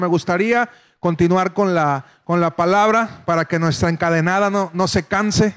Me gustaría continuar con la palabra para que nuestra encadenada no se canse.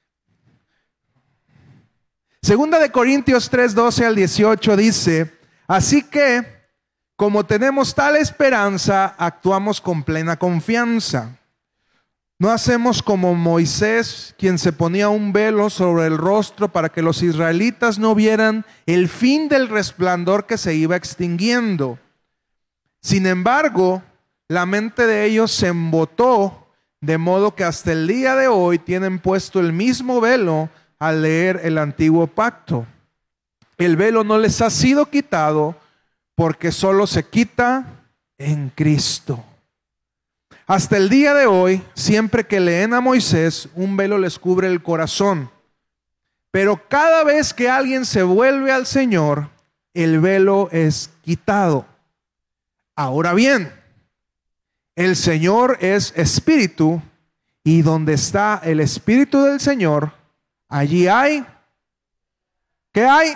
Segunda de Corintios 3:12 al 18 dice: así que, como tenemos tal esperanza, actuamos con plena confianza. No hacemos como Moisés, quien se ponía un velo sobre el rostro para que los israelitas no vieran el fin del resplandor que se iba extinguiendo. Sin embargo, la mente de ellos se embotó, de modo que hasta el día de hoy tienen puesto el mismo velo al leer el antiguo pacto. El velo no les ha sido quitado, porque solo se quita en Cristo. Hasta el día de hoy, siempre que leen a Moisés, un velo les cubre el corazón. Pero cada vez que alguien se vuelve al Señor, el velo es quitado. Ahora bien, el Señor es espíritu, y donde está el espíritu del Señor, allí hay, ¿qué hay?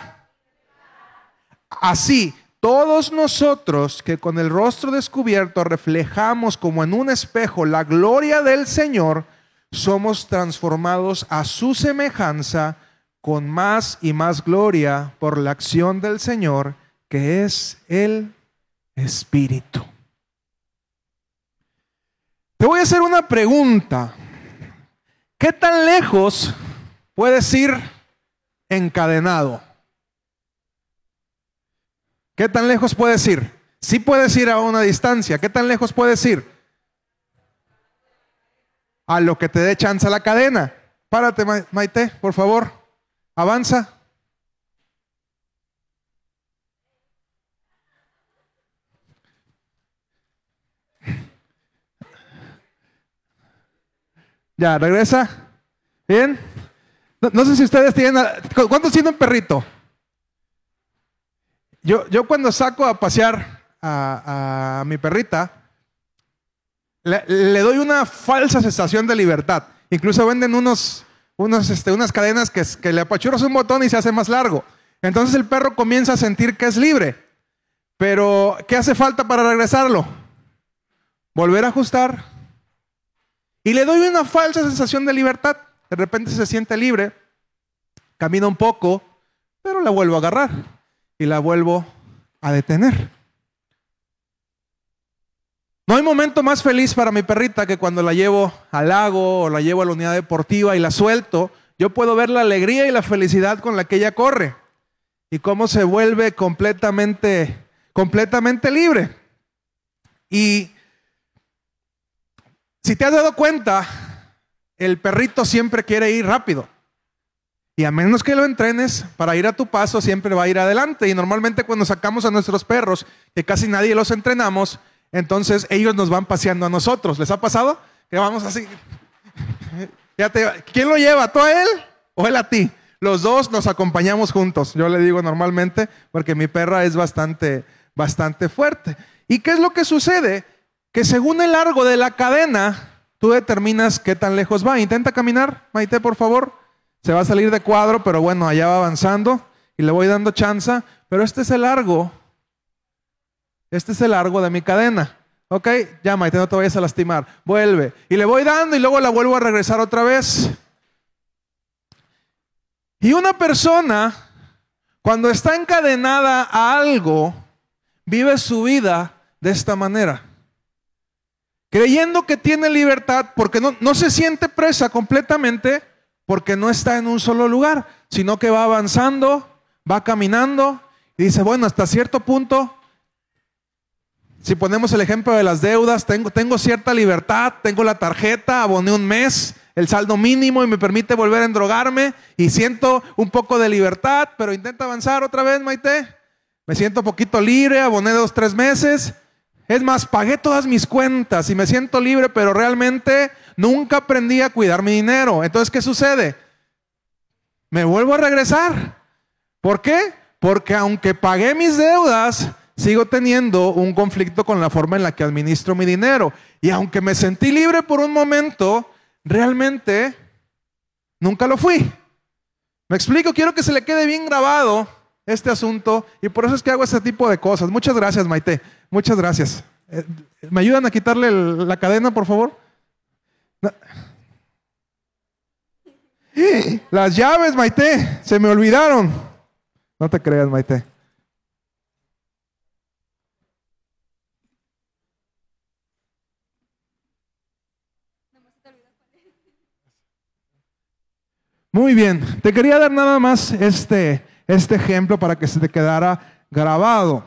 Así, todos nosotros que con el rostro descubierto reflejamos como en un espejo la gloria del Señor, somos transformados a su semejanza con más y más gloria por la acción del Señor, que es el Espíritu. Te voy a hacer una pregunta. ¿Qué tan lejos puedes ir encadenado? ¿Qué tan lejos puedes ir? Sí puedes ir a una distancia. ¿Qué tan lejos puedes ir? A lo que te dé chance la cadena. Párate, Maite, por favor. Avanza. Ya, regresa. Bien. No sé si ustedes tienen... ¿Cuántos tienen perrito? Yo cuando saco a pasear a mi perrita, le doy una falsa sensación de libertad. Incluso venden unas cadenas que le apachurras un botón y se hace más largo. Entonces el perro comienza a sentir que es libre. Pero, ¿qué hace falta para regresarlo? Volver a ajustar. Y le doy una falsa sensación de libertad. De repente se siente libre, camina un poco, pero la vuelvo a agarrar y la vuelvo a detener. No hay momento más feliz para mi perrita que cuando la llevo al lago o la llevo a la unidad deportiva y la suelto. Yo puedo ver la alegría y la felicidad con la que ella corre y cómo se vuelve completamente libre. Y si te has dado cuenta, el perrito siempre quiere ir rápido. Y a menos que lo entrenes para ir a tu paso, siempre va a ir adelante. Y normalmente cuando sacamos a nuestros perros, que casi nadie los entrenamos, entonces ellos nos van paseando a nosotros. ¿Les ha pasado? Que vamos así. ¿Quién lo lleva? ¿Tú a él o él a ti? Los dos nos acompañamos juntos. Yo le digo normalmente porque mi perra es bastante fuerte. ¿Y qué es lo que sucede? Que según el largo de la cadena, tú determinas qué tan lejos va. Intenta caminar, Maite, por favor. Se va a salir de cuadro, pero bueno, allá va avanzando y le voy dando chance. Pero este es el largo. Este es el largo de mi cadena. Ok, ya, Maite, no te vayas a lastimar. Vuelve. Y le voy dando y luego la vuelvo a regresar otra vez. Y una persona, cuando está encadenada a algo, vive su vida de esta manera. Creyendo que tiene libertad porque no se siente presa completamente, porque no está en un solo lugar, sino que va avanzando, va caminando y dice, bueno, hasta cierto punto, si ponemos el ejemplo de las deudas, tengo cierta libertad, tengo la tarjeta, aboné un mes, el saldo mínimo y me permite volver a endrogarme y siento un poco de libertad, pero intenta avanzar otra vez, Maite. Me siento un poquito libre, aboné 2-3 meses. Es más, pagué todas mis cuentas y me siento libre, pero realmente nunca aprendí a cuidar mi dinero. Entonces, ¿qué sucede? Me vuelvo a regresar. ¿Por qué? Porque aunque pagué mis deudas, sigo teniendo un conflicto con la forma en la que administro mi dinero. Y aunque me sentí libre por un momento, realmente nunca lo fui. ¿Me explico? Quiero que se le quede bien grabado este asunto y por eso es que hago este tipo de cosas. Muchas gracias, Maite. Muchas gracias. ¿Me ayudan a quitarle la cadena, por favor? No. Las llaves, Maite, se me olvidaron. No te creas, Maite. Muy bien, te quería dar nada más este ejemplo para que se te quedara grabado.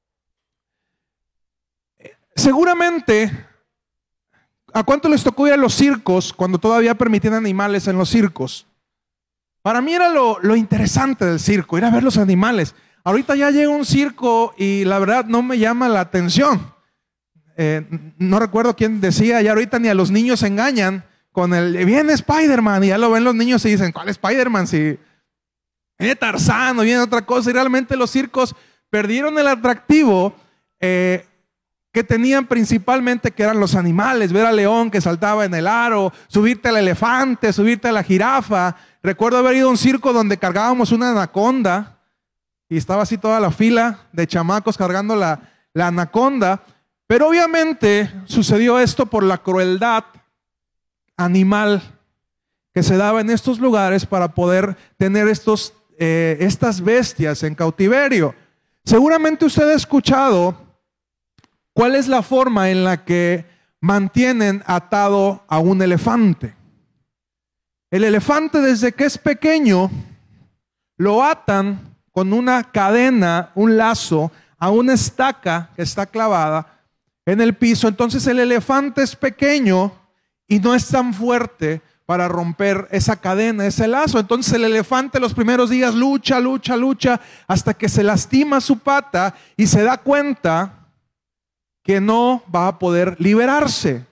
Seguramente, ¿a cuánto les tocó ir a los circos cuando todavía permitían animales en los circos? Para mí era lo interesante del circo, ir a ver los animales. Ahorita ya llega un circo y la verdad no me llama la atención. No recuerdo quién decía, ya ahorita ni a los niños se engañan con viene Spider-Man, y ya lo ven los niños y dicen, ¿cuál Spider-Man? Si viene Tarzán o viene otra cosa. Y realmente los circos perdieron el atractivo que tenían principalmente, que eran los animales. Ver al león que saltaba en el aro, subirte al elefante, subirte a la jirafa. Recuerdo haber ido a un circo donde cargábamos una anaconda y estaba así toda la fila de chamacos cargando la anaconda. Pero obviamente sucedió esto por la crueldad animal que se daba en estos lugares para poder tener estas bestias en cautiverio. Seguramente usted ha escuchado cuál es la forma en la que mantienen atado a un elefante. El elefante, desde que es pequeño, lo atan con una cadena, un lazo, a una estaca que está clavada en el piso. Entonces el elefante es pequeño y no es tan fuerte para romper esa cadena, ese lazo. Entonces el elefante los primeros días lucha hasta que se lastima su pata y se da cuenta que no va a poder liberarse.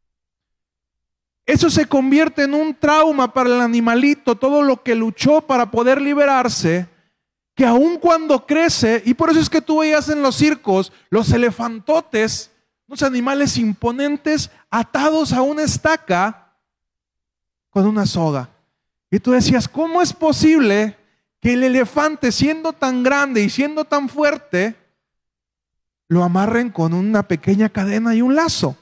Eso se convierte en un trauma para el animalito, todo lo que luchó para poder liberarse, que aun cuando crece, y por eso es que tú veías en los circos los elefantotes, unos animales imponentes atados a una estaca con una soga. Y tú decías, ¿cómo es posible que el elefante, siendo tan grande y siendo tan fuerte, lo amarren con una pequeña cadena y un lazo?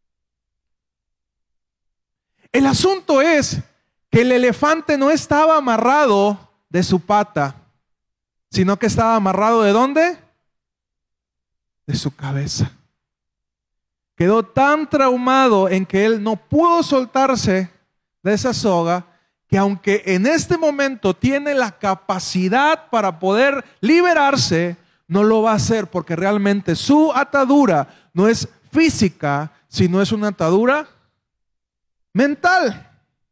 El asunto es que el elefante no estaba amarrado de su pata, sino que estaba amarrado ¿de dónde? De su cabeza. Quedó tan traumado en que él no pudo soltarse de esa soga, que aunque en este momento tiene la capacidad para poder liberarse, no lo va a hacer, porque realmente su atadura no es física, sino es una atadura mental.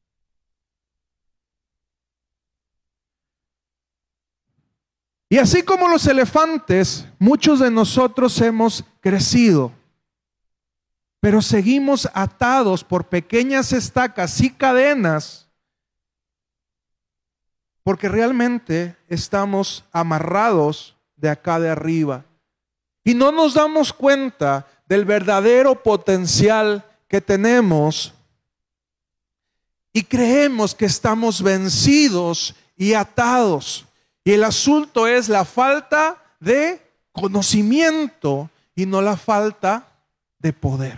Y así como los elefantes, muchos de nosotros hemos crecido, pero seguimos atados por pequeñas estacas y cadenas, porque realmente estamos amarrados de acá de arriba. Y no nos damos cuenta del verdadero potencial que tenemos y creemos que estamos vencidos y atados. Y el asunto es la falta de conocimiento y no la falta de poder.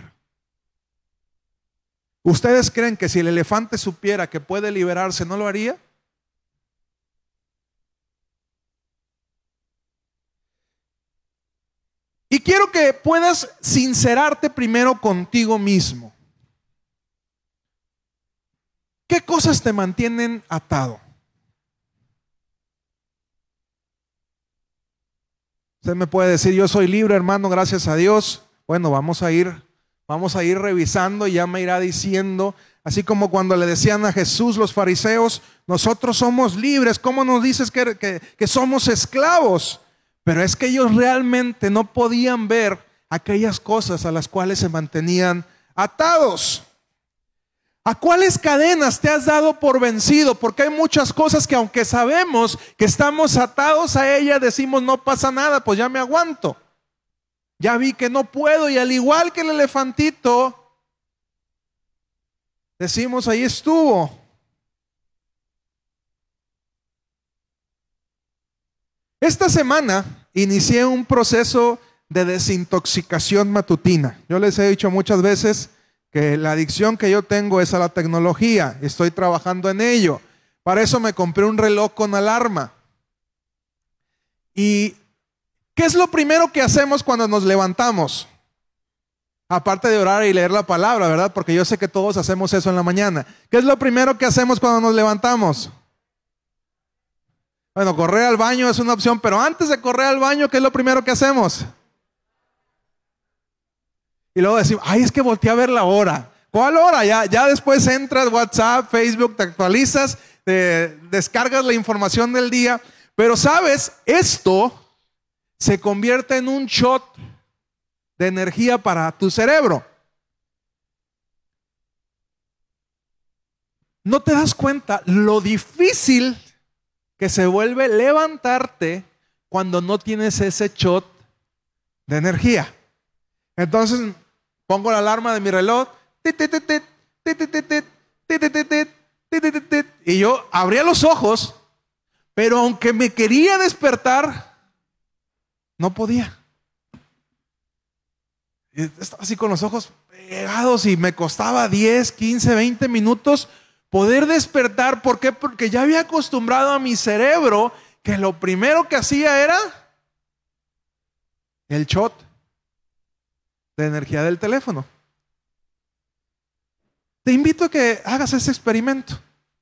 ¿Ustedes creen que si el elefante supiera que puede liberarse, no lo haría? Y quiero que puedas sincerarte primero contigo mismo. ¿Qué cosas te mantienen atado? Usted me puede decir, yo soy libre, hermano, gracias a Dios. Bueno, vamos a ir revisando y ya me irá diciendo, así como cuando le decían a Jesús los fariseos, nosotros somos libres, ¿cómo nos dices que somos esclavos? Pero es que ellos realmente no podían ver aquellas cosas a las cuales se mantenían atados. ¿A cuáles cadenas te has dado por vencido? Porque hay muchas cosas que aunque sabemos que estamos atados a ellas, decimos no pasa nada, pues ya me aguanto. Ya vi que no puedo, y al igual que el elefantito, decimos ahí estuvo. Esta semana inicié un proceso de desintoxicación matutina. Yo les he dicho muchas veces que la adicción que yo tengo es a la tecnología. Estoy trabajando en ello. Para eso me compré un reloj con alarma. ¿Y qué es lo primero que hacemos cuando nos levantamos? Aparte de orar y leer la palabra, ¿verdad? Porque yo sé que todos hacemos eso en la mañana. ¿Qué es lo primero que hacemos cuando nos levantamos? Bueno, correr al baño es una opción, pero antes de correr al baño, ¿qué es lo primero que hacemos? Y luego decimos, ay, es que volteé a ver la hora. ¿Cuál hora? Ya después entras WhatsApp, Facebook, te actualizas, te descargas la información del día. Pero sabes, esto se convierte en un shot de energía para tu cerebro. ¿No te das cuenta lo difícil que se vuelve levantarte cuando no tienes ese shot de energía? Entonces pongo la alarma de mi reloj y yo abría los ojos, pero aunque me quería despertar, no podía. Estaba así con los ojos pegados y me costaba 10, 15, 20 minutos poder despertar. ¿Por qué? Porque ya había acostumbrado a mi cerebro que lo primero que hacía era el shot de energía del teléfono. Te invito a que hagas ese experimento.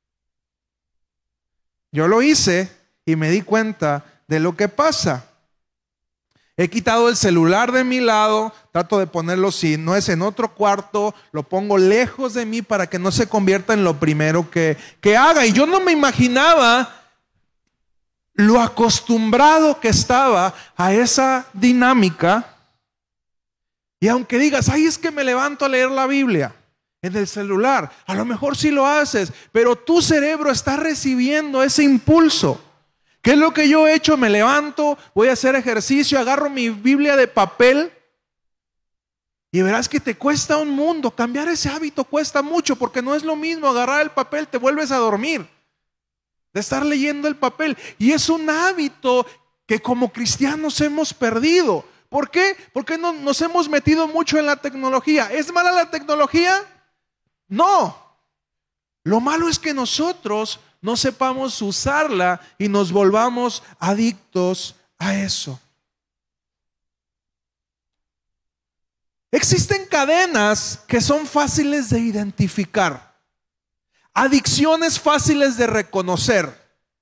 Yo lo hice y me di cuenta de lo que pasa. He quitado el celular de mi lado, trato de ponerlo, si no es en otro cuarto, lo pongo lejos de mí para que no se convierta en lo primero que haga. Y yo no me imaginaba lo acostumbrado que estaba a esa dinámica. Y aunque digas, ay, es que me levanto a leer la Biblia en el celular, a lo mejor sí lo haces, pero tu cerebro está recibiendo ese impulso. ¿Qué es lo que yo he hecho? Me levanto, voy a hacer ejercicio, agarro mi Biblia de papel y verás que te cuesta un mundo. Cambiar ese hábito cuesta mucho, porque no es lo mismo agarrar el papel, te vuelves a dormir de estar leyendo el papel. Y es un hábito que como cristianos hemos perdido. ¿Por qué? Porque nos hemos metido mucho en la tecnología. ¿Es mala la tecnología? No. Lo malo es que nosotros no sepamos usarla y nos volvamos adictos a eso. Existen cadenas que son fáciles de identificar, adicciones fáciles de reconocer.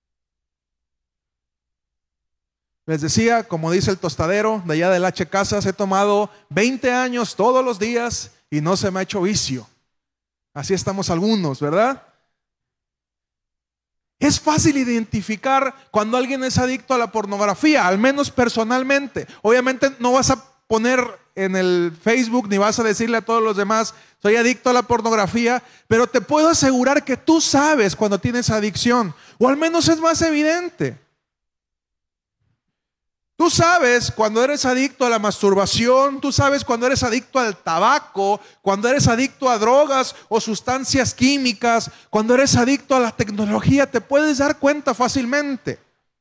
Les decía, como dice el tostadero de allá del H. Casas, he tomado 20 años todos los días y no se me ha hecho vicio. Así estamos algunos, ¿verdad? Es fácil identificar cuando alguien es adicto a la pornografía, al menos personalmente. Obviamente no vas a poner en el Facebook ni vas a decirle a todos los demás, soy adicto a la pornografía, pero te puedo asegurar que tú sabes cuando tienes adicción, o al menos es más evidente. Tú sabes cuando eres adicto a la masturbación, tú sabes cuando eres adicto al tabaco, cuando eres adicto a drogas o sustancias químicas, cuando eres adicto a la tecnología, te puedes dar cuenta fácilmente.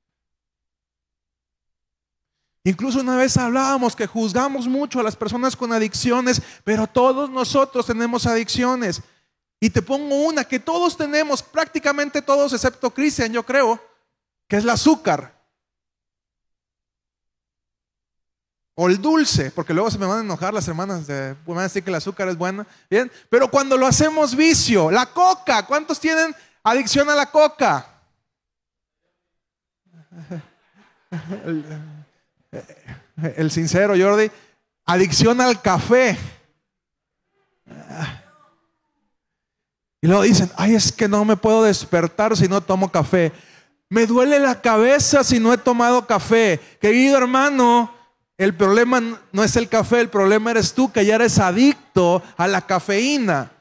Incluso una vez hablábamos que juzgamos mucho a las personas con adicciones, pero todos nosotros tenemos adicciones. Y te pongo una que todos tenemos, prácticamente todos excepto Cristian, yo creo, que es el azúcar. O el dulce, porque luego se me van a enojar las hermanas, me van a decir que el azúcar es buena. Bien, pero cuando lo hacemos vicio, la coca, ¿cuántos tienen adicción a la coca? El sincero, Jordi. Adicción al café. Y luego dicen, ay, es que no me puedo despertar si no tomo café. Me duele la cabeza si no he tomado café. Querido hermano, el problema no es el café, el problema eres tú, que ya eres adicto a la cafeína.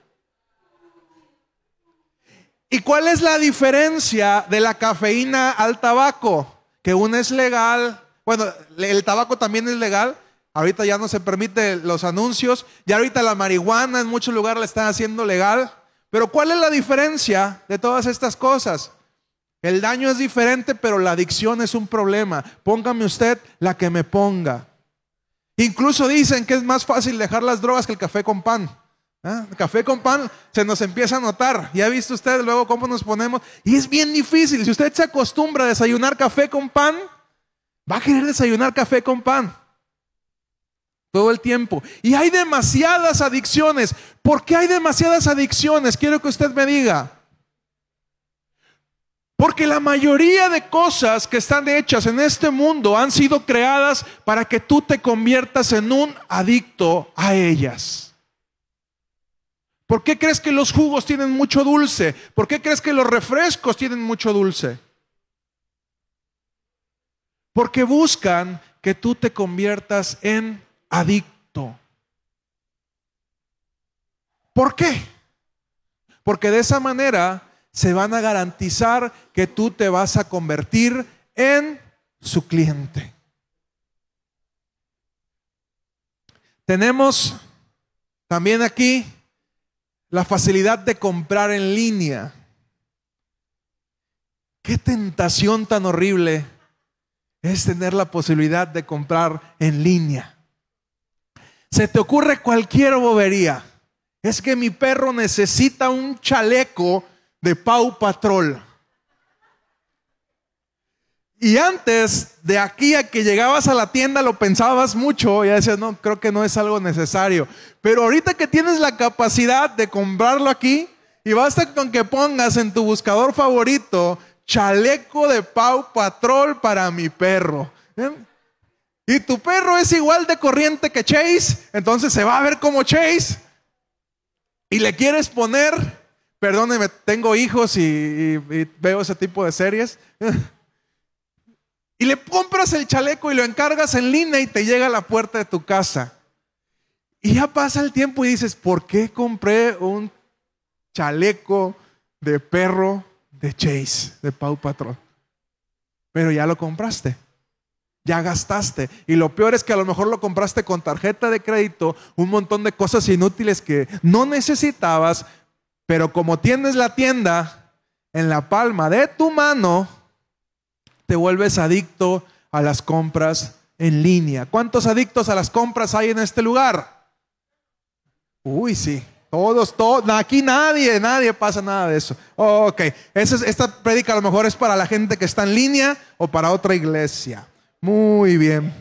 ¿Y cuál es la diferencia de la cafeína al tabaco? Que una es legal, bueno, el tabaco también es legal, ahorita ya no se permite los anuncios, ya ahorita la marihuana en muchos lugares la están haciendo legal, pero ¿cuál es la diferencia de todas estas cosas? El daño es diferente, pero la adicción es un problema. Póngame usted la que me ponga. Incluso dicen que es más fácil dejar las drogas que el café con pan. El café con pan se nos empieza a notar. Ya ha visto usted luego cómo nos ponemos. Y es bien difícil. Si usted se acostumbra a desayunar café con pan, va a querer desayunar café con pan todo el tiempo. Y hay demasiadas adicciones. ¿Por qué hay demasiadas adicciones? Quiero que usted me diga. Porque la mayoría de cosas que están hechas en este mundo han sido creadas para que tú te conviertas en un adicto a ellas. ¿Por qué crees que los jugos tienen mucho dulce? ¿Por qué crees que los refrescos tienen mucho dulce? Porque buscan que tú te conviertas en adicto. ¿Por qué? Porque de esa manera se van a garantizar que tú te vas a convertir en su cliente. Tenemos también aquí la facilidad de comprar en línea. Qué tentación tan horrible es tener la posibilidad de comprar en línea. Se te ocurre cualquier bobería. Es que mi perro necesita un chaleco de Paw Patrol. Y antes de aquí a que llegabas a la tienda lo pensabas mucho y decías, no, creo que no es algo necesario. Pero ahorita que tienes la capacidad de comprarlo aquí, y basta con que pongas en tu buscador favorito, chaleco de Paw Patrol para mi perro. Y tu perro es igual de corriente que Chase, entonces se va a ver como Chase. Y le quieres poner, perdóneme, tengo hijos y veo ese tipo de series. Y le compras el chaleco y lo encargas en línea y te llega a la puerta de tu casa. Y ya pasa el tiempo y dices, ¿por qué compré un chaleco de perro de Chase, de Paw Patrol? Pero ya lo compraste, ya gastaste. Y lo peor es que a lo mejor lo compraste con tarjeta de crédito, un montón de cosas inútiles que no necesitabas, pero como tienes la tienda en la palma de tu mano, te vuelves adicto a las compras en línea. ¿Cuántos adictos a las compras hay en este lugar? Uy, sí. Todos, aquí nadie pasa nada de eso. Ok, esta prédica a lo mejor es para la gente que está en línea o para otra iglesia. Muy bien.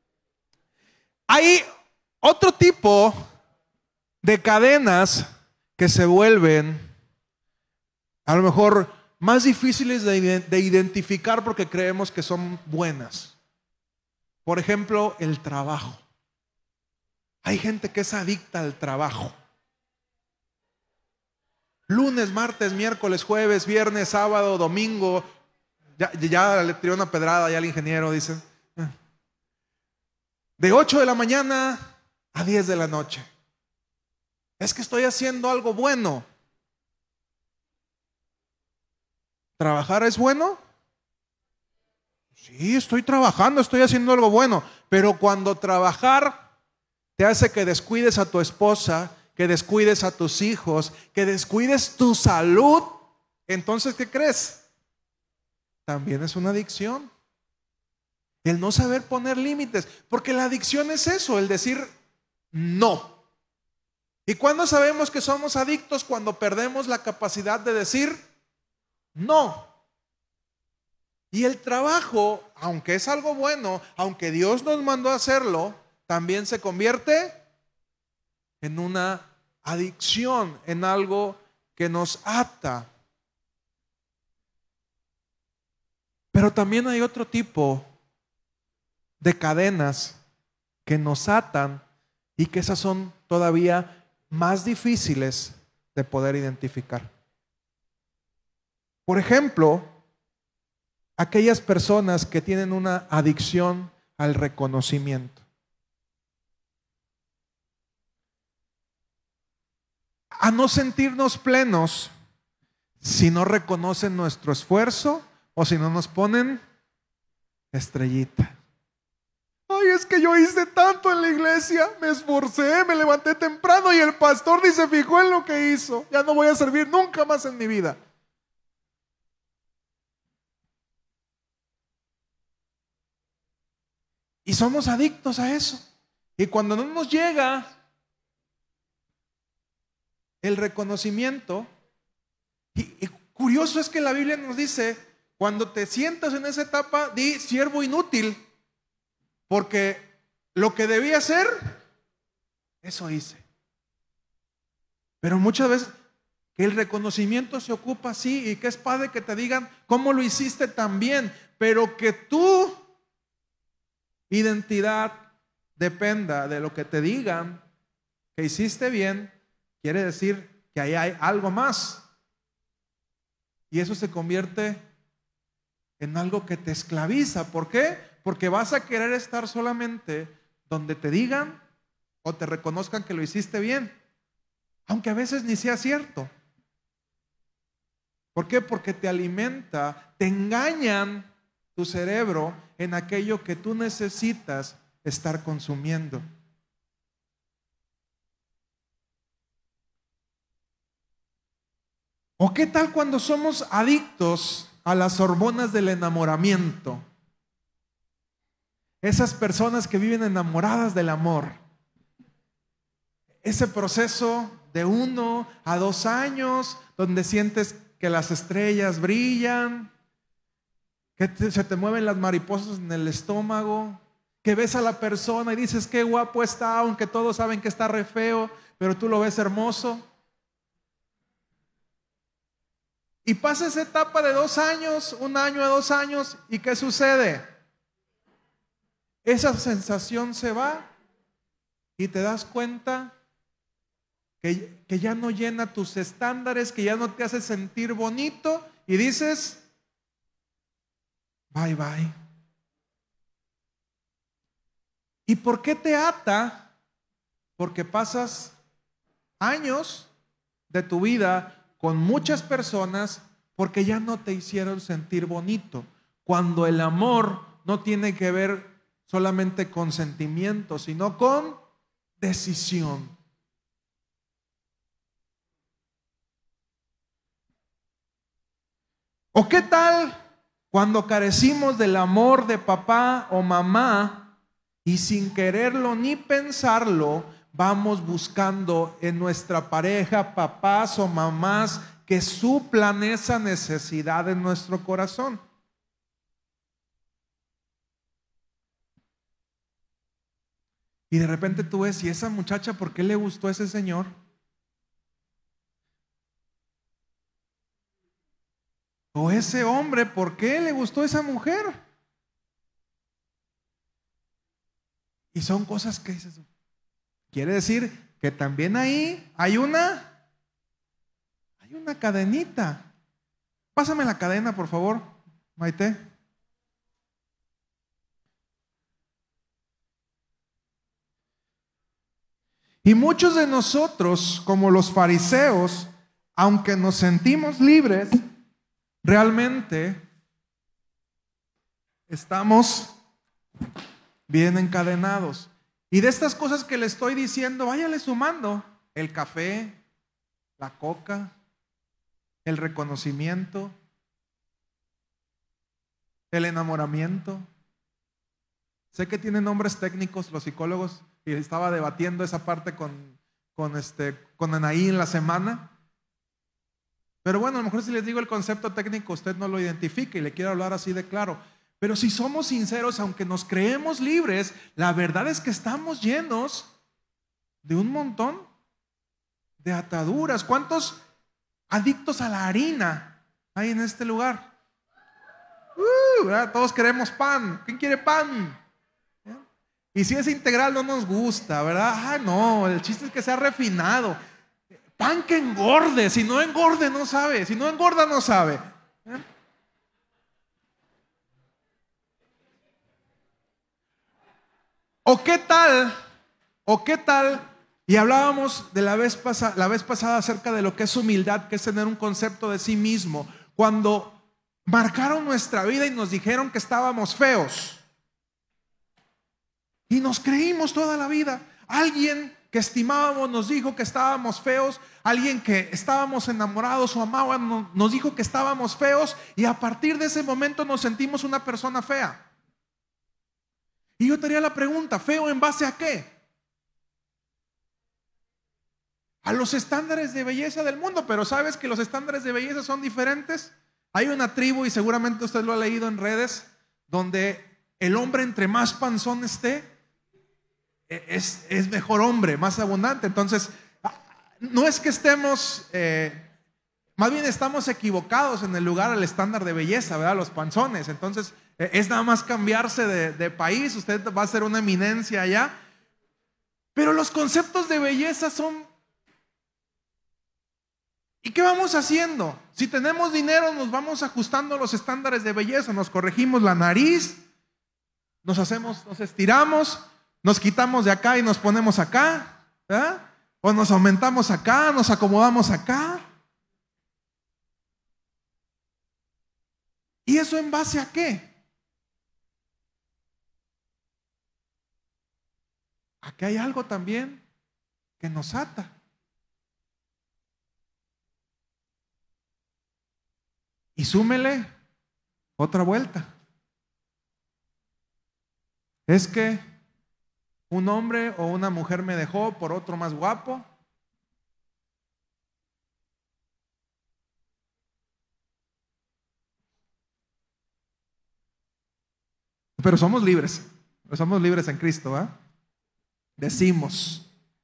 Hay otro tipo de cadenas que se vuelven a lo mejor más difíciles de identificar porque creemos que son buenas. Por ejemplo, el trabajo. Hay gente que es adicta al trabajo. Lunes, martes, miércoles, jueves, viernes, sábado, domingo. Ya le tiró una pedrada ya al ingeniero, dice. De 8 de la mañana a 10 de la noche. Es que estoy haciendo algo bueno. ¿Trabajar es bueno? Sí, estoy trabajando, estoy haciendo algo bueno. Pero cuando trabajar te hace que descuides a tu esposa, que descuides a tus hijos, que descuides tu salud, entonces, ¿qué crees? También es una adicción. El no saber poner límites. Porque la adicción es eso, el decir no. ¿Y cuándo sabemos que somos adictos? Cuando perdemos la capacidad de decir no. Y el trabajo, aunque es algo bueno, aunque Dios nos mandó a hacerlo, también se convierte en una adicción, en algo que nos ata. Pero también hay otro tipo de cadenas que nos atan y que esas son todavía más difíciles de poder identificar. Por ejemplo, aquellas personas que tienen una adicción al reconocimiento. A no sentirnos plenos si no reconocen nuestro esfuerzo o si no nos ponen estrellita. Ay, es que yo hice tanto en la iglesia, me esforcé, me levanté temprano y el pastor ni se fijó en lo que hizo. Ya no voy a servir nunca más en mi vida. Y somos adictos a eso. Y cuando no nos llega el reconocimiento, y curioso es que la Biblia nos dice, cuando te sientas en esa etapa, di siervo inútil, porque lo que debía hacer, eso hice. Pero muchas veces que el reconocimiento se ocupa así, y que es padre que te digan cómo lo hiciste tan bien, pero que tu identidad dependa de lo que te digan que hiciste bien, quiere decir que ahí hay algo más. Y eso se convierte en algo que te esclaviza. ¿Por qué? Porque vas a querer estar solamente donde te digan o te reconozcan que lo hiciste bien, aunque a veces ni sea cierto. ¿Por qué? Porque te alimenta, te engañan tu cerebro en aquello que tú necesitas estar consumiendo. ¿O qué tal cuando somos adictos a las hormonas del enamoramiento? Esas personas que viven enamoradas del amor. Ese proceso de 1 a 2 años, donde sientes que las estrellas brillan, que se te mueven las mariposas en el estómago, que ves a la persona y dices qué guapo está, aunque todos saben que está re feo, pero tú lo ves hermoso. Y pasa esa etapa de 2 años, 1 año a 2 años, ¿y qué sucede? Esa sensación se va y te das cuenta que ya no llena tus estándares, que ya no te hace sentir bonito, y dices, bye bye. ¿Y por qué te ata? Porque pasas años de tu vida con muchas personas porque ya no te hicieron sentir bonito. Cuando el amor no tiene que ver solamente con sentimiento, sino con decisión. ¿O qué tal cuando carecimos del amor de papá o mamá y sin quererlo ni pensarlo, vamos buscando en nuestra pareja papás o mamás que suplan esa necesidad en nuestro corazón? Y de repente tú ves, ¿y esa muchacha por qué le gustó a ese señor? O ese hombre, ¿por qué le gustó a esa mujer? Y son cosas que dices, quiere decir que también ahí hay una cadenita. Pásame la cadena, por favor, Maite. Y muchos de nosotros, como los fariseos, aunque nos sentimos libres, realmente estamos bien encadenados. Y de estas cosas que le estoy diciendo, váyale sumando el café, la coca, el reconocimiento, el enamoramiento. Sé que tienen nombres técnicos los psicólogos, y estaba debatiendo esa parte con Anaí en la semana. Pero bueno, a lo mejor si les digo el concepto técnico, usted no lo identifica y le quiero hablar así de claro. Pero si somos sinceros, aunque nos creemos libres, la verdad es que estamos llenos de un montón de ataduras. ¿Cuántos adictos a la harina hay en este lugar? Todos queremos pan. ¿Quién quiere pan? Y si es integral no nos gusta, ¿verdad? No, el chiste es que sea refinado. Pan que engorde, si no engorde no sabe, si no engorda no sabe. ¿O qué tal? Y hablábamos de la vez pasada acerca de lo que es humildad, que es tener un concepto de sí mismo. Cuando marcaron nuestra vida y nos dijeron que estábamos feos. Y nos creímos toda la vida. Alguien que estimábamos nos dijo que estábamos feos. Alguien que estábamos enamorados o amábamos nos dijo que estábamos feos. Y a partir de ese momento nos sentimos una persona fea. Y yo te haría la pregunta, ¿feo en base a qué? a los estándares de belleza del mundo. Pero ¿sabes que los estándares de belleza son diferentes? Hay una tribu, y seguramente usted lo ha leído en redes, donde el hombre entre más panzón esté, es mejor hombre, más abundante. Entonces, no es que estemos, más bien estamos equivocados en el lugar al estándar de belleza, ¿verdad? Los panzones. Entonces, es nada más cambiarse de país, usted va a ser una eminencia allá. Pero los conceptos de belleza son... ¿Y qué vamos haciendo? Si tenemos dinero, nos vamos ajustando a los estándares de belleza, nos corregimos la nariz, nos estiramos, nos quitamos de acá y nos ponemos acá, ¿verdad? O nos aumentamos acá, nos acomodamos acá. ¿Y eso en base a qué? Aquí hay algo también que nos ata. Y súmele otra vuelta. Es que un hombre o una mujer me dejó por otro más guapo. Pero somos libres en Cristo, ¿eh? Decimos.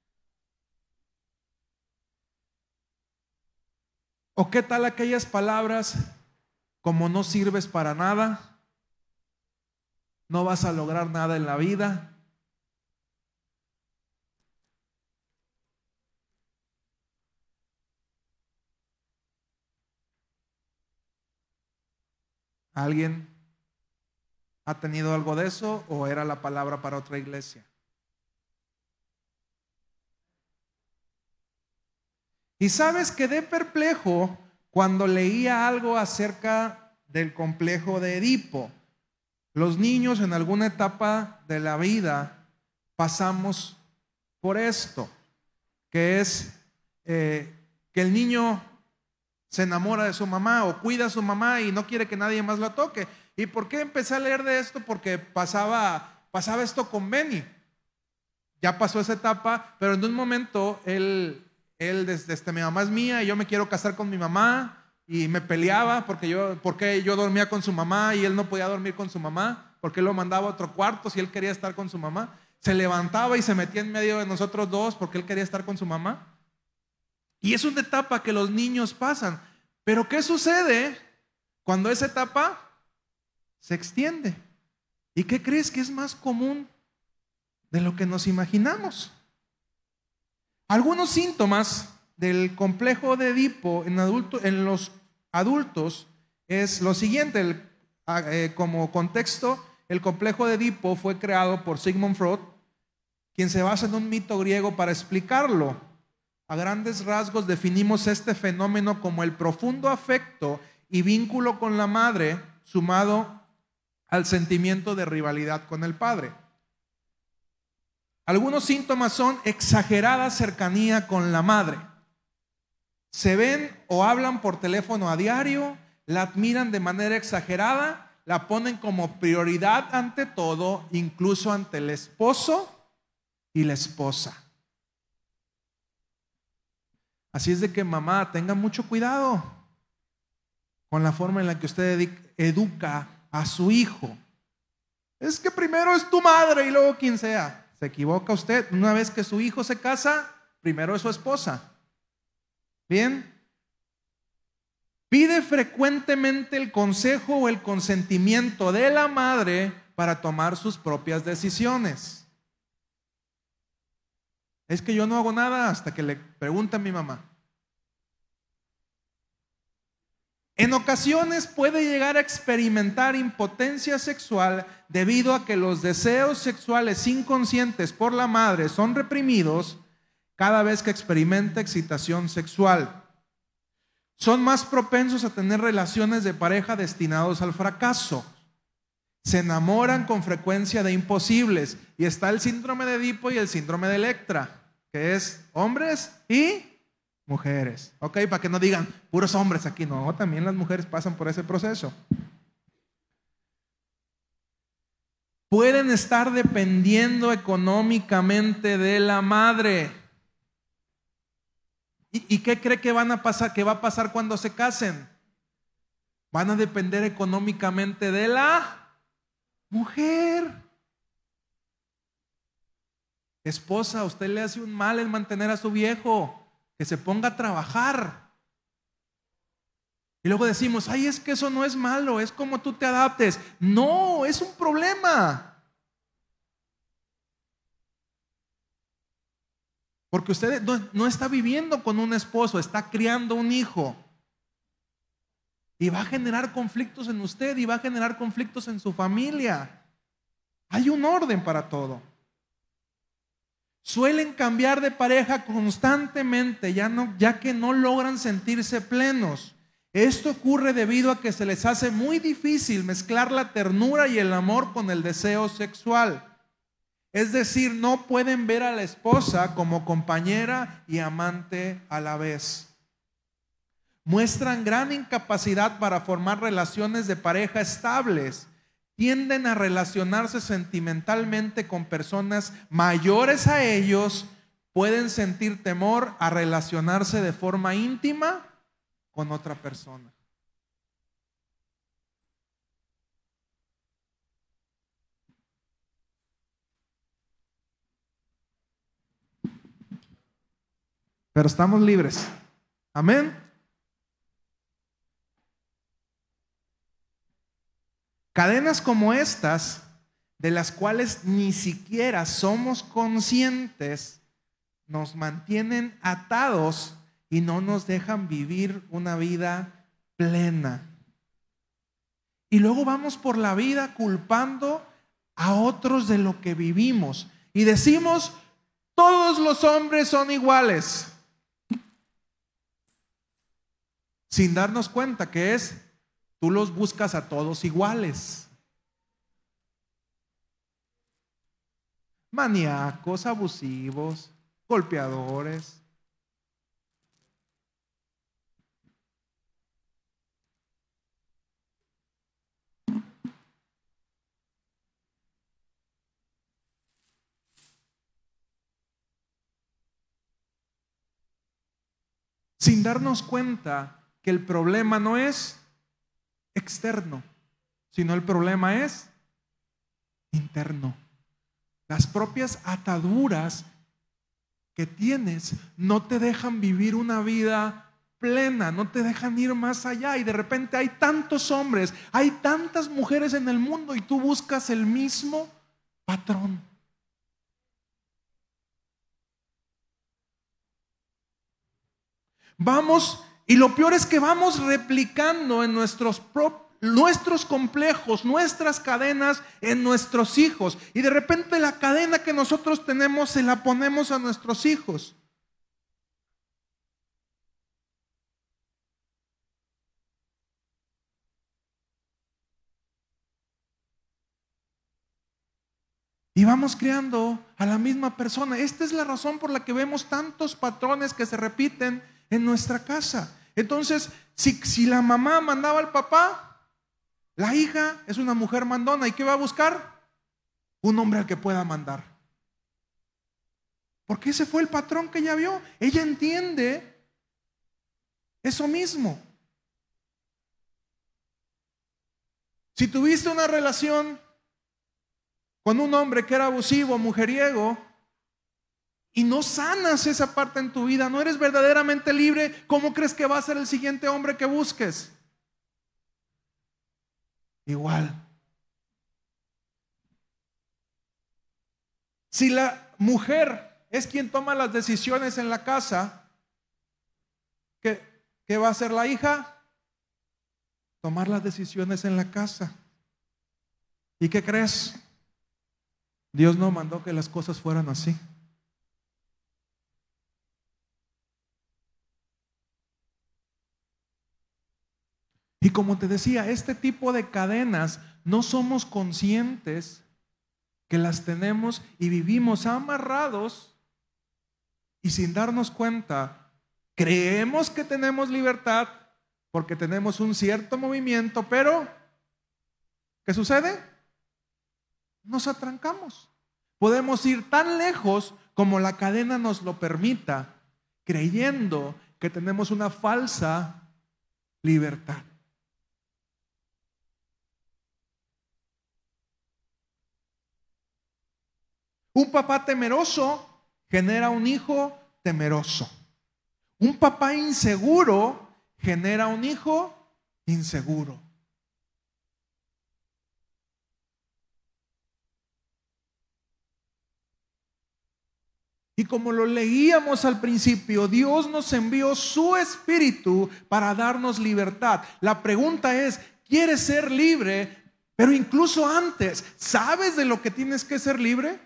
¿O qué tal aquellas palabras como no sirves para nada? No vas a lograr nada en la vida. ¿Alguien ha tenido algo de eso o era la palabra para otra iglesia? Y sabes, quedé perplejo cuando leía algo acerca del complejo de Edipo. Los niños en alguna etapa de la vida pasamos por esto, que es que el niño se enamora de su mamá o cuida a su mamá y no quiere que nadie más la toque. ¿Y por qué empecé a leer de esto? Porque pasaba esto con Benny. Ya pasó esa etapa, pero en un momento él desde mi mamá es mía y yo me quiero casar con mi mamá, y me peleaba porque yo dormía con su mamá y él no podía dormir con su mamá, porque él lo mandaba a otro cuarto si él quería estar con su mamá. Se levantaba y se metía en medio de nosotros dos porque él quería estar con su mamá. Y es una etapa que los niños pasan. Pero ¿qué sucede cuando esa etapa se extiende? ¿Y qué crees que es más común de lo que nos imaginamos? Algunos síntomas del complejo de Edipo en los adultos es lo siguiente. Como contexto, el complejo de Edipo fue creado por Sigmund Freud, quien se basa en un mito griego para explicarlo. A grandes rasgos definimos este fenómeno como el profundo afecto y vínculo con la madre sumado al sentimiento de rivalidad con el padre. Algunos síntomas son exagerada cercanía con la madre. Se ven o hablan por teléfono a diario, la admiran de manera exagerada, la ponen como prioridad ante todo, incluso ante el esposo y la esposa. Así es de que, mamá, tenga mucho cuidado con la forma en la que usted educa a su hijo. Es que primero es tu madre y luego quien sea. Se equivoca usted. Una vez que su hijo se casa, primero es su esposa. Bien. Pide frecuentemente el consejo o el consentimiento de la madre para tomar sus propias decisiones. Es que yo no hago nada hasta que le pregunte a mi mamá. En ocasiones puede llegar a experimentar impotencia sexual debido a que los deseos sexuales inconscientes por la madre son reprimidos cada vez que experimenta excitación sexual. Son más propensos a tener relaciones de pareja destinados al fracaso. Se enamoran con frecuencia de imposibles. Y está el síndrome de Edipo y el síndrome de Electra, que es hombres y mujeres. Ok, para que no digan puros hombres aquí. No, también las mujeres pasan por ese proceso. Pueden estar dependiendo económicamente de la madre. ¿Y qué cree que van a pasar, que va a pasar cuando se casen? Van a depender económicamente de la mujer. Esposa, usted le hace un mal en mantener a su viejo, que se ponga a trabajar. Y luego decimos, ay, es que eso no es malo, es como tú te adaptes. No, es un problema. Porque usted no está viviendo con un esposo, está criando un hijo. Y va a generar conflictos en usted y va a generar conflictos en su familia. Hay un orden para todo. Suelen cambiar de pareja constantemente, ya que no logran sentirse plenos. Esto ocurre debido a que se les hace muy difícil mezclar la ternura y el amor con el deseo sexual. Es decir, no pueden ver a la esposa como compañera y amante a la vez. Muestran gran incapacidad para formar relaciones de pareja estables. Tienden a relacionarse sentimentalmente con personas mayores a ellos. Pueden sentir temor a relacionarse de forma íntima con otra persona. Pero estamos libres. Amén. Cadenas como estas, de las cuales ni siquiera somos conscientes, nos mantienen atados y no nos dejan vivir una vida plena. Y luego vamos por la vida culpando a otros de lo que vivimos. Y decimos, todos los hombres son iguales. Sin darnos cuenta que tú los buscas a todos iguales. Maníacos, abusivos, golpeadores. Sin darnos cuenta que el problema no es externo, sino el problema es interno. Las propias ataduras que tienes no te dejan vivir una vida plena, no te dejan ir más allá. Y de repente hay tantos hombres, hay tantas mujeres en el mundo y tú buscas el mismo patrón. Vamos, y lo peor es que vamos replicando en nuestros complejos, nuestras cadenas en nuestros hijos. Y de repente la cadena que nosotros tenemos se la ponemos a nuestros hijos. Y vamos creando a la misma persona. Esta es la razón por la que vemos tantos patrones que se repiten en nuestra casa. Entonces, si la mamá mandaba al papá, la hija es una mujer mandona. ¿Y qué va a buscar? Un hombre al que pueda mandar. Porque ese fue el patrón que ella vio. Ella entiende eso mismo. Si tuviste una relación con un hombre que era abusivo, mujeriego, y no sanas esa parte en tu vida, no eres verdaderamente libre, ¿cómo crees que va a ser el siguiente hombre que busques? Igual. Si la mujer es quien toma las decisiones en la casa, ¿qué va a hacer la hija? Tomar las decisiones en la casa. ¿Y qué crees? Dios no mandó que las cosas fueran así. Y como te decía, este tipo de cadenas no somos conscientes que las tenemos y vivimos amarrados y sin darnos cuenta, creemos que tenemos libertad porque tenemos un cierto movimiento, pero ¿qué sucede? Nos atrancamos. Podemos ir tan lejos como la cadena nos lo permita, creyendo que tenemos una falsa libertad. Un papá temeroso genera un hijo temeroso. Un papá inseguro genera un hijo inseguro. Y como lo leíamos al principio, Dios nos envió su Espíritu para darnos libertad. La pregunta es, ¿quieres ser libre? Pero incluso antes, ¿sabes de lo que tienes que ser libre?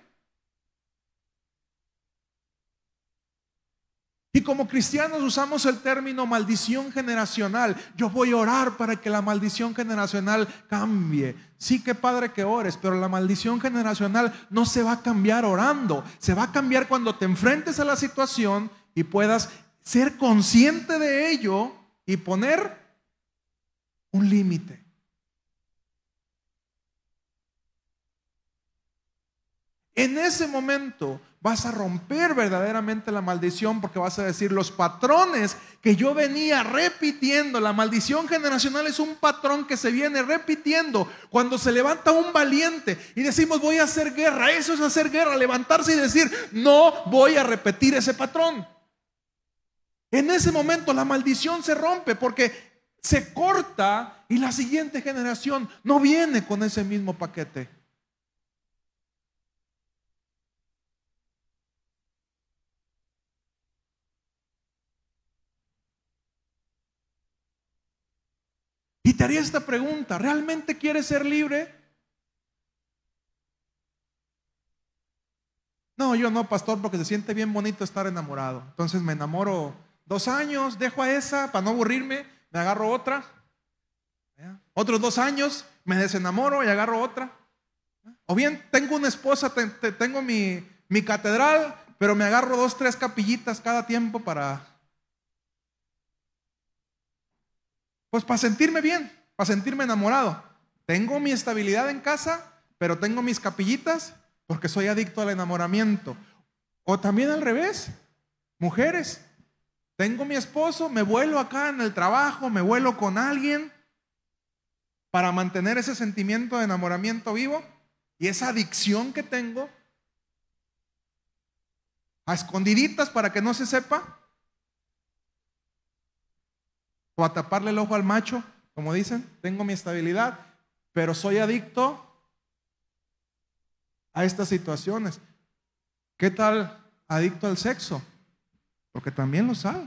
Y como cristianos usamos el término maldición generacional. Yo voy a orar para que la maldición generacional cambie. Sí, qué padre que ores, pero la maldición generacional no se va a cambiar orando. Se va a cambiar cuando te enfrentes a la situación y puedas ser consciente de ello y poner un límite. En ese momento vas a romper verdaderamente la maldición, porque vas a decir, los patrones que yo venía repitiendo, la maldición generacional es un patrón que se viene repitiendo. Cuando se levanta un valiente y decimos voy a hacer guerra, eso es hacer guerra, levantarse y decir no voy a repetir ese patrón. En ese momento la maldición se rompe porque se corta y la siguiente generación no viene con ese mismo paquete. Y te haría esta pregunta, ¿realmente quieres ser libre? No, yo no, pastor, porque se siente bien bonito estar enamorado. Entonces me enamoro 2 años, dejo a esa para no aburrirme, me agarro otra. Otros 2 años, me desenamoro y agarro otra. O bien tengo una esposa, tengo mi catedral, pero me agarro 2, 3 capillitas cada tiempo para sentirme bien, para sentirme enamorado. Tengo mi estabilidad en casa, pero tengo mis capillitas porque soy adicto al enamoramiento. O también al revés, mujeres, tengo mi esposo, me vuelo acá en el trabajo, me vuelo con alguien para mantener ese sentimiento de enamoramiento vivo y esa adicción que tengo a escondiditas para que no se sepa. O a taparle el ojo al macho, como dicen, tengo mi estabilidad, pero soy adicto a estas situaciones. ¿Qué tal adicto al sexo? Porque también lo sabe.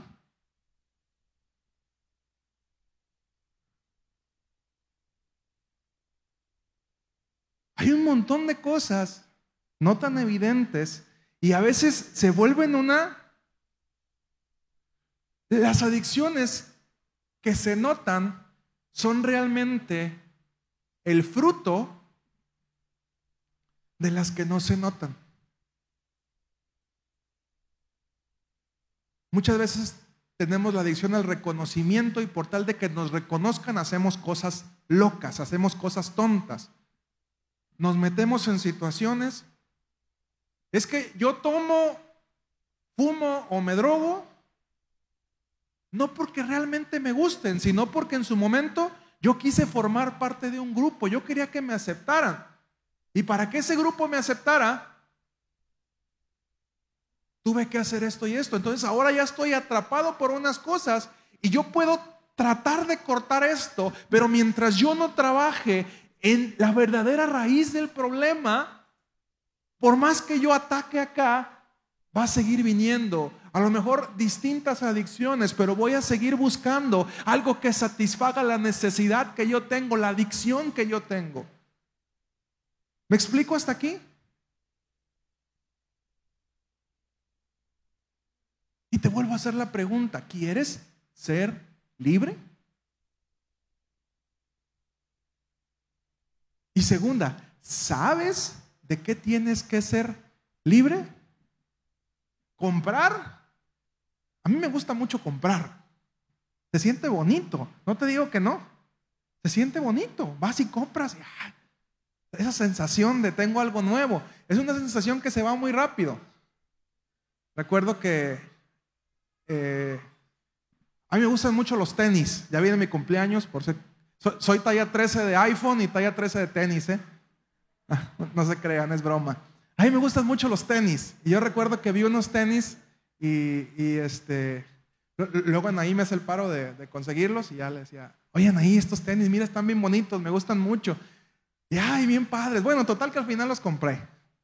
Hay un montón de cosas no tan evidentes y a veces se vuelven las adicciones que se notan son realmente el fruto de las que no se notan. Muchas veces tenemos la adicción al reconocimiento y por tal de que nos reconozcan hacemos cosas locas, hacemos cosas tontas. Nos metemos en situaciones. Es que yo tomo, fumo o me drogo no porque realmente me gusten, sino porque en su momento yo quise formar parte de un grupo. Yo quería que me aceptaran. Y para que ese grupo me aceptara, tuve que hacer esto y esto. Entonces ahora ya estoy atrapado por unas cosas y yo puedo tratar de cortar esto, pero mientras yo no trabaje en la verdadera raíz del problema, por más que yo ataque acá, va a seguir viniendo. A lo mejor distintas adicciones, pero voy a seguir buscando algo que satisfaga la necesidad que yo tengo, la adicción que yo tengo. ¿Me explico hasta aquí? Y te vuelvo a hacer la pregunta, ¿quieres ser libre? Y segunda, ¿sabes de qué tienes que ser libre? Comprar. A mí me gusta mucho comprar. Se siente bonito. No te digo que no. Se siente bonito. Vas y compras. Esa sensación de tengo algo nuevo. Es una sensación que se va muy rápido. Recuerdo que A mí me gustan mucho los tenis. Ya viene mi cumpleaños, soy talla 13 de iPhone y talla 13 de tenis, ¿eh? No se crean, es broma. A mí me gustan mucho los tenis. Y yo recuerdo que vi unos tenis y luego Anaí me hace el paro de conseguirlos y ya le decía, oye Anaí, estos tenis, mira, están bien bonitos, me gustan mucho. Y ay, bien padres. Bueno, total que al final los compré.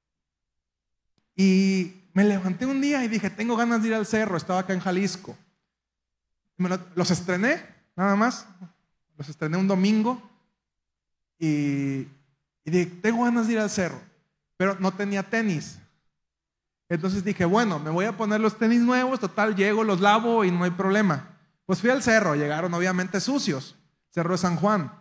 Y me levanté un día y dije, tengo ganas de ir al cerro, estaba acá en Jalisco. Los estrené, nada más. Los estrené un domingo y dije, tengo ganas de ir al cerro, pero no tenía tenis. Entonces dije, bueno, me voy a poner los tenis nuevos, total, llego, los lavo y no hay problema. Pues fui al cerro, llegaron obviamente sucios, Cerro de San Juan.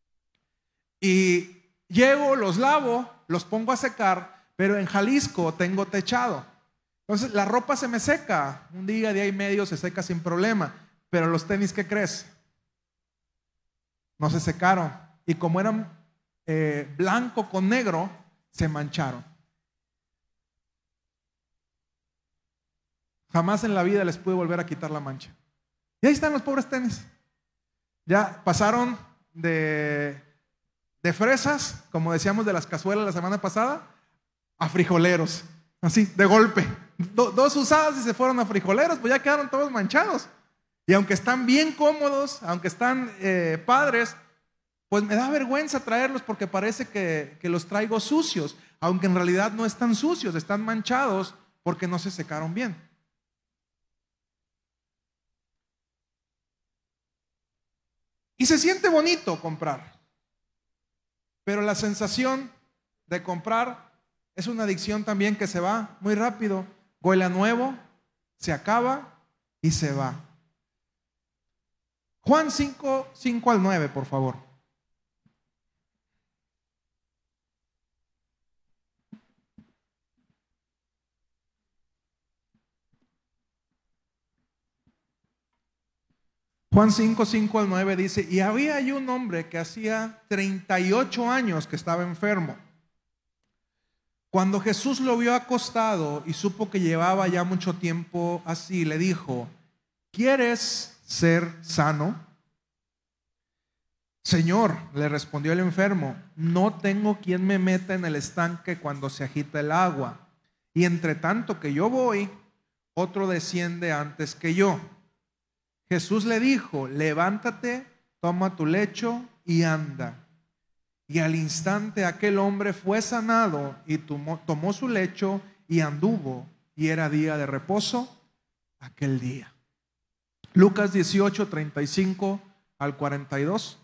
Y llego, los lavo, los pongo a secar, pero en Jalisco tengo techado. Entonces la ropa se me seca, un día y medio se seca sin problema, pero los tenis, ¿qué crees? No se secaron. Y como eran blanco con negro, se mancharon. Jamás en la vida les pude volver a quitar la mancha. Y ahí están los pobres tenis. Ya pasaron de fresas, como decíamos de las cazuelas la semana pasada, a frijoleros. Así, de golpe. Dos usadas y se fueron a frijoleros, pues ya quedaron todos manchados. Y aunque están bien cómodos, aunque están padres, pues me da vergüenza traerlos porque parece que los traigo sucios, aunque en realidad no están sucios, están manchados porque no se secaron bien. Y se siente bonito comprar, pero la sensación de comprar es una adicción también que se va muy rápido. Huele a nuevo, se acaba y se va. Juan 5, 5 al 9, por favor. Juan 5, 5 al 9 dice, y había allí un hombre que hacía 38 años que estaba enfermo. Cuando Jesús lo vio acostado y supo que llevaba ya mucho tiempo así, le dijo, ¿quieres ser sano? Señor, le respondió el enfermo, no tengo quien me meta en el estanque cuando se agita el agua. Y entre tanto que yo voy, otro desciende antes que yo. Jesús le dijo, levántate, toma tu lecho y anda. Y al instante aquel hombre fue sanado y tomó su lecho y anduvo. Y era día de reposo aquel día. Lucas 18, 35 al 42.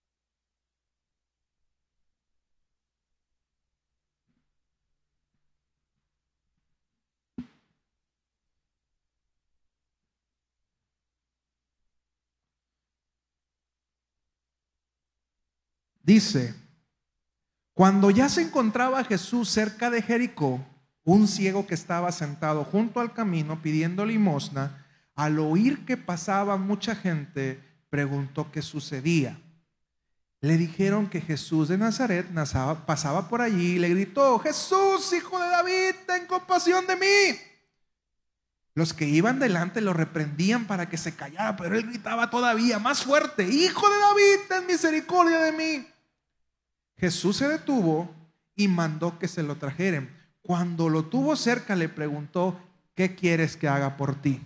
Dice, cuando ya se encontraba Jesús cerca de Jericó, un ciego que estaba sentado junto al camino pidiendo limosna, al oír que pasaba mucha gente, preguntó qué sucedía. Le dijeron que Jesús de Nazaret pasaba por allí y le gritó, Jesús, hijo de David, ten compasión de mí. Los que iban delante lo reprendían para que se callara, pero él gritaba todavía más fuerte, hijo de David, ten misericordia de mí. Jesús se detuvo y mandó que se lo trajeran. Cuando lo tuvo cerca le preguntó, ¿qué quieres que haga por ti?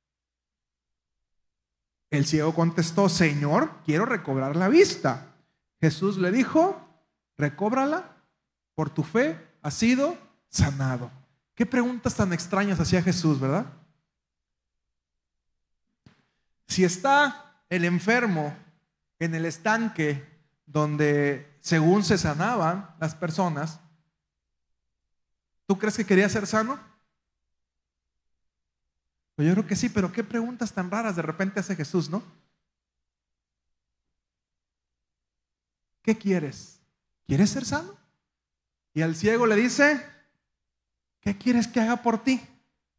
El ciego contestó, Señor, quiero recobrar la vista. Jesús le dijo, recóbrala, por tu fe has sido sanado. Qué preguntas tan extrañas hacía Jesús, ¿verdad? Si está el enfermo en el estanque donde según se sanaban las personas, ¿tú crees que quería ser sano? Pues yo creo que sí, pero qué preguntas tan raras de repente hace Jesús, ¿no? ¿Qué quieres? ¿Quieres ser sano? Y al ciego le dice, ¿qué quieres que haga por ti?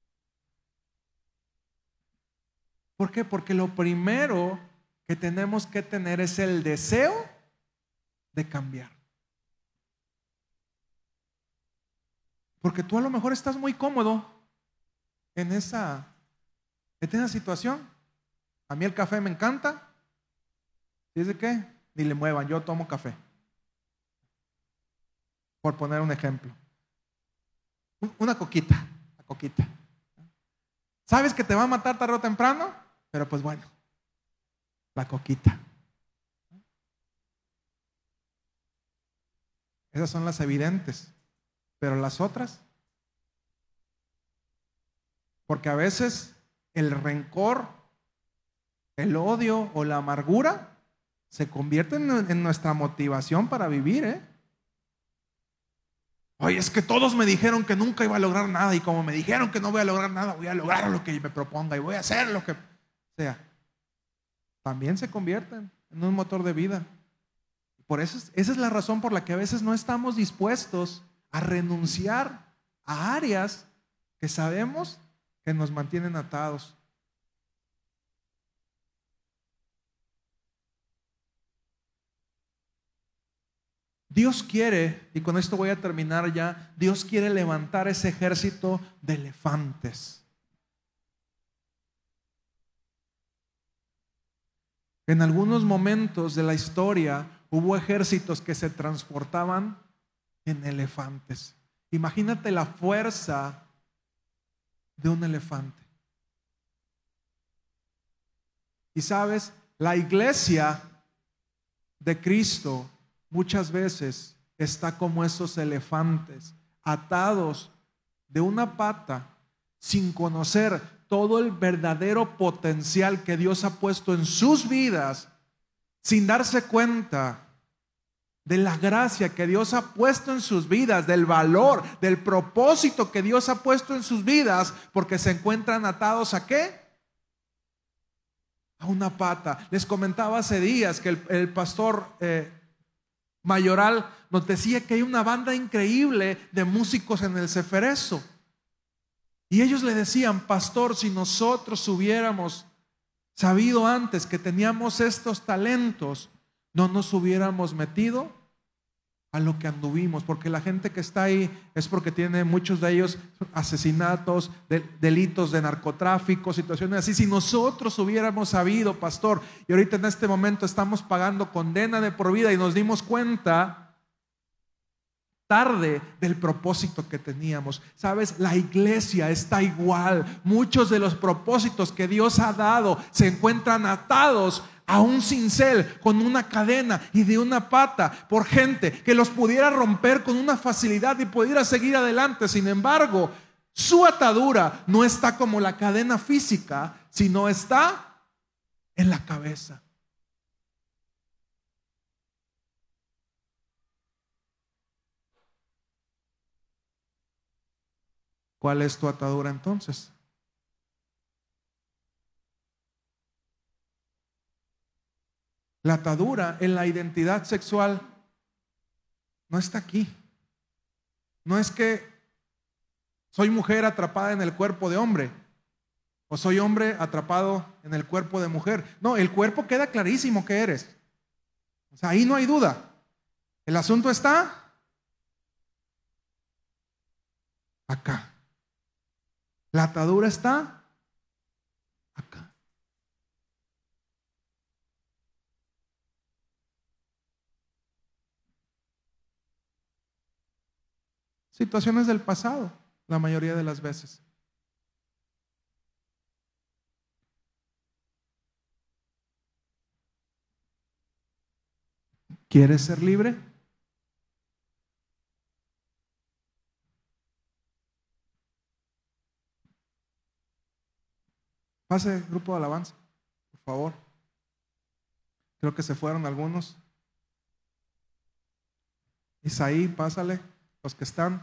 ¿Por qué? Porque lo primero que tenemos que tener es el deseo de cambiar. Porque tú a lo mejor estás muy cómodo en esa situación. A mí el café me encanta. ¿Dice qué? Ni le muevan, yo tomo café. Por poner un ejemplo. Una coquita. Sabes que te va a matar tarde o temprano, pero pues bueno, la coquita. Esas son las evidentes, pero las otras, porque a veces el rencor, el odio o la amargura se convierten en nuestra motivación para vivir, Oye, es que todos me dijeron que nunca iba a lograr nada, y como me dijeron que no voy a lograr nada, voy a lograr lo que me proponga y voy a hacer lo que sea. También se convierten en un motor de vida. Por eso, esa es la razón por la que a veces no estamos dispuestos a renunciar a áreas que sabemos que nos mantienen atados. Dios quiere, y con esto voy a terminar ya, Dios quiere levantar ese ejército de elefantes. En algunos momentos de la historia hubo ejércitos que se transportaban en elefantes. Imagínate la fuerza de un elefante. Y sabes, la iglesia de Cristo muchas veces está como esos elefantes, atados de una pata, sin conocer todo el verdadero potencial que Dios ha puesto en sus vidas, sin darse cuenta de la gracia que Dios ha puesto en sus vidas, del valor, del propósito que Dios ha puesto en sus vidas, porque se encuentran atados ¿a qué? A una pata. Les comentaba hace días que el pastor Mayoral nos decía que hay una banda increíble de músicos en el Ceferezo. Y ellos le decían: pastor, si nosotros hubiéramos sabido antes que teníamos estos talentos, no nos hubiéramos metido a lo que anduvimos, porque la gente que está ahí es porque tiene, muchos de ellos, asesinatos, delitos de narcotráfico, situaciones así. Si nosotros hubiéramos sabido, pastor, y ahorita en este momento estamos pagando condena de por vida y nos dimos cuenta tarde del propósito que teníamos. Sabes, la iglesia está igual. Muchos de los propósitos que Dios ha dado se encuentran atados a un cincel, con una cadena y de una pata, por gente que los pudiera romper con una facilidad y pudiera seguir adelante. Sin embargo, su atadura no está como la cadena física, sino está en la cabeza. ¿Cuál es tu atadura entonces? La atadura en la identidad sexual no está aquí. No es que soy mujer atrapada en el cuerpo de hombre, o soy hombre atrapado en el cuerpo de mujer. No, el cuerpo queda clarísimo que eres. O sea, ahí no hay duda. El asunto está acá. La atadura está acá. Situaciones del pasado, la mayoría de las veces. ¿Quieres ser libre? Pase, grupo de alabanza, por favor. Creo que se fueron algunos. Isaí, pásale. Los que están.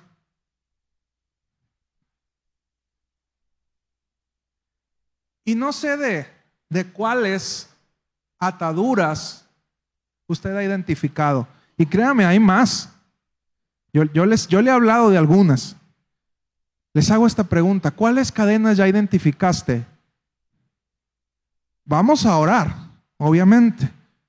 Y no sé de cuáles ataduras usted ha identificado. Y créame, hay más. Yo le he hablado de algunas. Les hago esta pregunta: ¿cuáles cadenas ya identificaste? Vamos a orar, obviamente.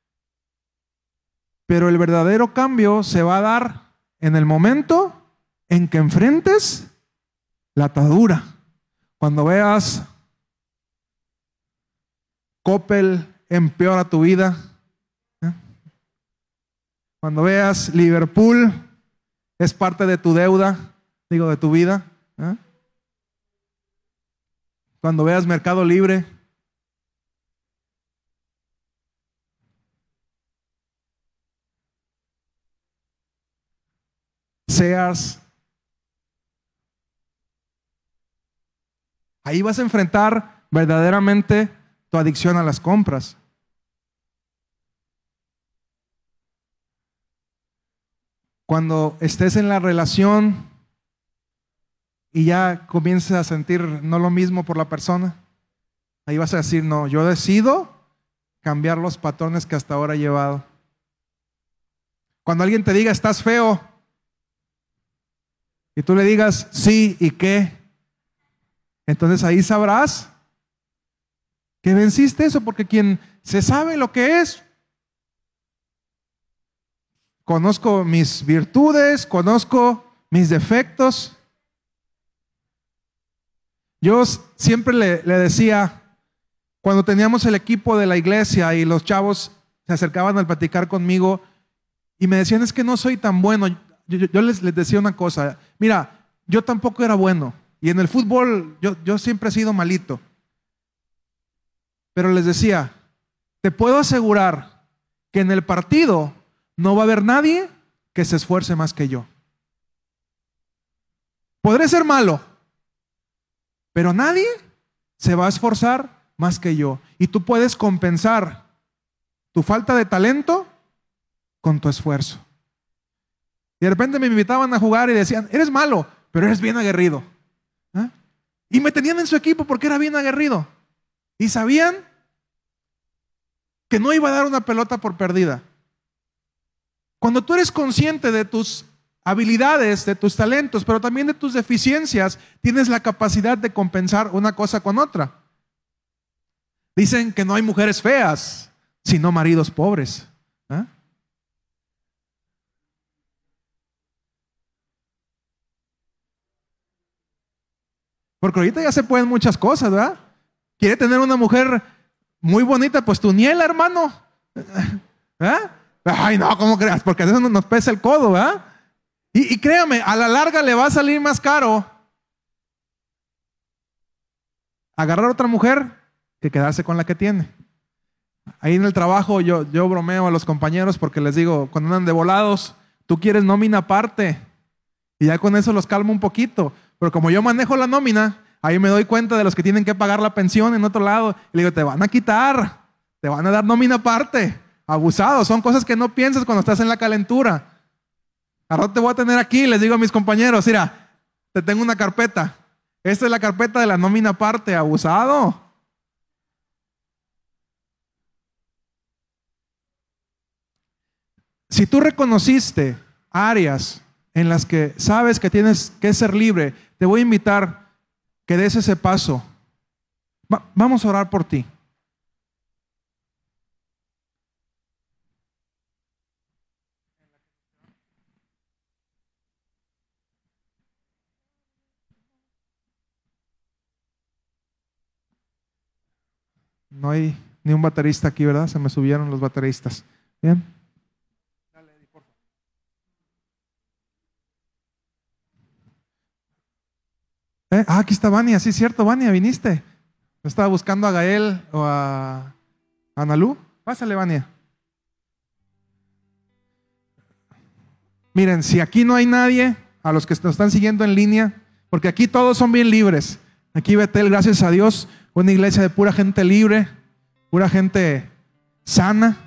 Pero el verdadero cambio se va a dar en el momento en que enfrentes la atadura. Cuando veas Coppel empeora tu vida. Cuando veas Liverpool, es parte de tu deuda, de tu vida. Cuando veas Mercado Libre, Sears, ahí vas a enfrentar verdaderamente tu adicción a las compras. Cuando estés en la relación y ya comiences a sentir no lo mismo por la persona, ahí vas a decir, no, yo decido cambiar los patrones que hasta ahora he llevado. Cuando alguien te diga, estás feo, y tú le digas, sí, ¿y qué? Entonces ahí sabrás que venciste eso, porque quien se sabe lo que es, conozco mis virtudes, conozco mis defectos. Yo siempre le decía, cuando teníamos el equipo de la iglesia y los chavos se acercaban al platicar conmigo y me decían, es que no soy tan bueno. Yo les decía una cosa, mira, yo tampoco era bueno y en el fútbol yo siempre he sido malito. Pero les decía, te puedo asegurar que en el partido no va a haber nadie que se esfuerce más que yo. Podré ser malo, pero nadie se va a esforzar más que yo. Y tú puedes compensar tu falta de talento con tu esfuerzo. Y de repente me invitaban a jugar y decían, eres malo, pero eres bien aguerrido. Y me tenían en su equipo porque era bien aguerrido. Y sabían que no iba a dar una pelota por perdida. Cuando tú eres consciente de tus habilidades, de tus talentos, pero también de tus deficiencias, tienes la capacidad de compensar una cosa con otra. Dicen que no hay mujeres feas, sino maridos pobres. Porque ahorita ya se pueden muchas cosas, ¿verdad? Quiere tener una mujer muy bonita, pues tu niela, hermano. Ay, no, ¿cómo creas? Porque a veces nos pesa el codo, ¿verdad? Y créame, a la larga le va a salir más caro agarrar a otra mujer que quedarse con la que tiene. Ahí en el trabajo yo bromeo a los compañeros porque les digo, cuando andan de volados, tú quieres nómina aparte. Y ya con eso los calmo un poquito. Pero como yo manejo la nómina, ahí me doy cuenta de los que tienen que pagar la pensión en otro lado. Y le digo, te van a quitar, te van a dar nómina aparte. Abusados, son cosas que no piensas cuando estás en la calentura. Ahora te voy a tener aquí, les digo a mis compañeros, mira, te tengo una carpeta. Esta es la carpeta de la nómina aparte, abusado. Si tú reconociste áreas en las que sabes que tienes que ser libre, te voy a invitar que des ese paso. Vamos a orar por ti. No hay ni un baterista aquí, ¿verdad? Se me subieron los bateristas. Bien. Aquí está Vania, sí es cierto, Vania, viniste. Estaba buscando a Gael o a Analú. Pásale, Vania. Miren, si aquí no hay nadie, a los que nos están siguiendo en línea, porque aquí todos son bien libres. Aquí Betel, gracias a Dios, una iglesia de pura gente libre, pura gente sana.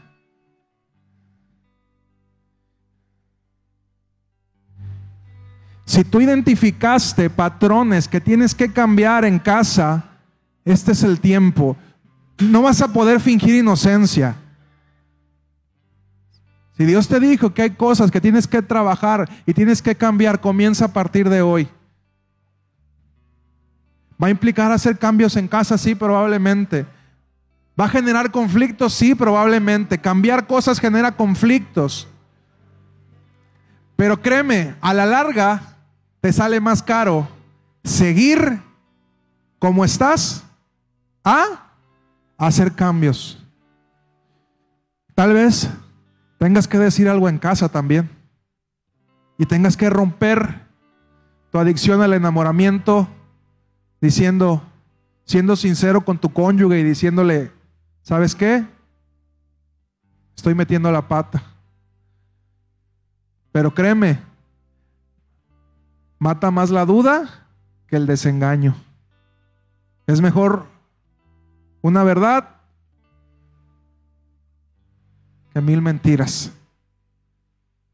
Si tú identificaste patrones que tienes que cambiar en casa, este es el tiempo. No vas a poder fingir inocencia. Si Dios te dijo que hay cosas que tienes que trabajar y tienes que cambiar, comienza a partir de hoy. ¿Va a implicar hacer cambios en casa? Sí, probablemente. ¿Va a generar conflictos? Sí, probablemente. Cambiar cosas genera conflictos. Pero créeme, a la larga te sale más caro seguir como estás a hacer cambios. Tal vez tengas que decir algo en casa también. Y tengas que romper tu adicción al enamoramiento diciendo, siendo sincero con tu cónyuge y diciéndole, ¿sabes qué? Estoy metiendo la pata. Pero créeme, mata más la duda que el desengaño. Es mejor una verdad que 1000 mentiras.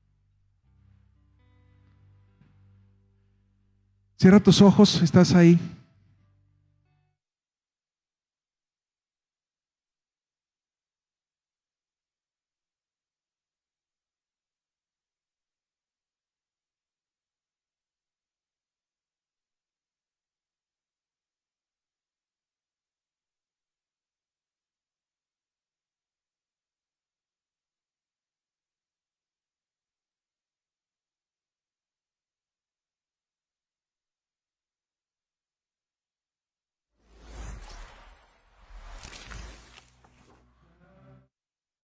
Cierra tus ojos si estás ahí.